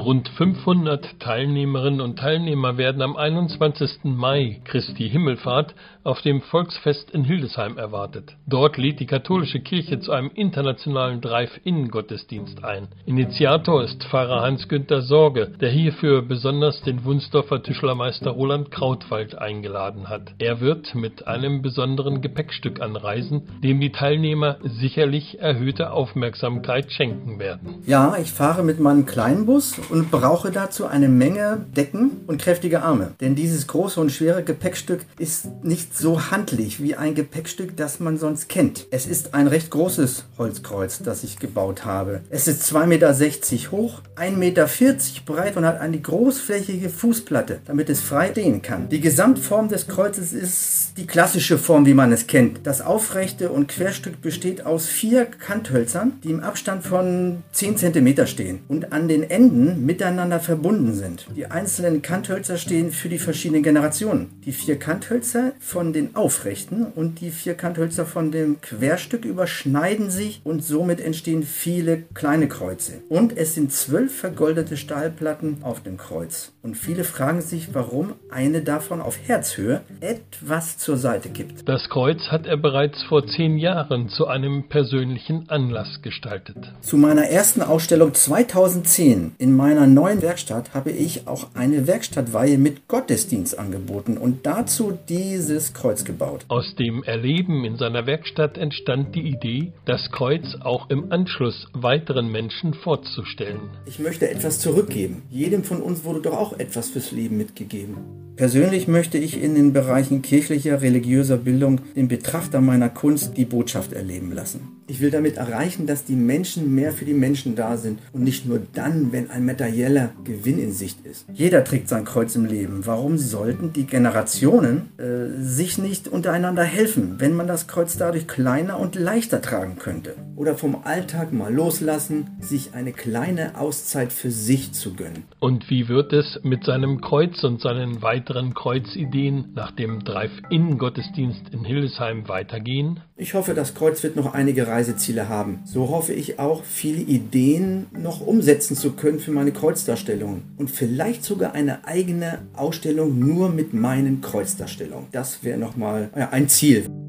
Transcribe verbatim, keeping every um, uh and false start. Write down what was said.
Rund fünfhundert Teilnehmerinnen und Teilnehmer werden am einundzwanzigsten Mai, Christi Himmelfahrt, auf dem Volksfest in Hildesheim erwartet. Dort lädt die katholische Kirche zu einem internationalen Drive-In-Gottesdienst ein. Initiator ist Pfarrer Hans-Günther Sorge, der hierfür besonders den Wunsdorfer Tischlermeister Roland Krautwald eingeladen hat. Er wird mit einem besonderen Gepäckstück anreisen, dem die Teilnehmer sicherlich erhöhte Aufmerksamkeit schenken werden. Ja, ich fahre mit meinem kleinen Bus und brauche dazu eine Menge Decken und kräftige Arme. Denn dieses große und schwere Gepäckstück ist nicht so handlich wie ein Gepäckstück, das man sonst kennt. Es ist ein recht großes Holzkreuz, das ich gebaut habe. Es ist zwei Meter sechzig hoch, ein Meter vierzig breit und hat eine großflächige Fußplatte, damit es frei stehen kann. Die Gesamtform des Kreuzes ist die klassische Form, wie man es kennt. Das aufrechte und Querstück besteht aus vier Kanthölzern, die im Abstand von zehn Zentimeter stehen und an den Enden miteinander verbunden sind. Die einzelnen Kanthölzer stehen für die verschiedenen Generationen. Die vier Kanthölzer von den aufrechten und die vier Kanthölzer von dem Querstück überschneiden sich und somit entstehen viele kleine Kreuze. Und es sind zwölf vergoldete Stahlplatten auf dem Kreuz. Und viele fragen sich, warum eine davon auf Herzhöhe etwas zur Seite kippt. Das Kreuz hat er bereits vor zehn Jahren zu einem persönlichen Anlass gestaltet. Zu meiner ersten Ausstellung zweitausendzehn in meiner neuen Werkstatt habe ich auch eine Werkstattweihe mit Gottesdienst angeboten und dazu dieses Kreuz gebaut. Aus dem Erleben in seiner Werkstatt entstand die Idee, das Kreuz auch im Anschluss weiteren Menschen vorzustellen. Ich möchte etwas zurückgeben. Jedem von uns wurde doch auch etwas fürs Leben mitgegeben. Persönlich möchte ich in den Bereichen kirchlicher, religiöser Bildung den Betrachter meiner Kunst die Botschaft erleben lassen. Ich will damit erreichen, dass die Menschen mehr für die Menschen da sind und nicht nur dann, wenn ein materieller Gewinn in Sicht ist. Jeder trägt sein Kreuz im Leben. Warum sollten die Generationen äh, sich nicht untereinander helfen, wenn man das Kreuz dadurch kleiner und leichter tragen könnte? Oder vom Alltag mal loslassen, sich eine kleine Auszeit für sich zu gönnen. Und wie wird es mit seinem Kreuz und seinen weiteren Kreuzideen nach dem Drive-In-Gottesdienst in Hildesheim weitergehen? Ich hoffe, das Kreuz wird noch einige Reiseziele haben. So hoffe ich auch, viele Ideen noch umsetzen zu können für meine Kreuzdarstellungen. Und vielleicht sogar eine eigene Ausstellung nur mit meinen Kreuzdarstellungen. Das wäre nochmal ja, ein Ziel.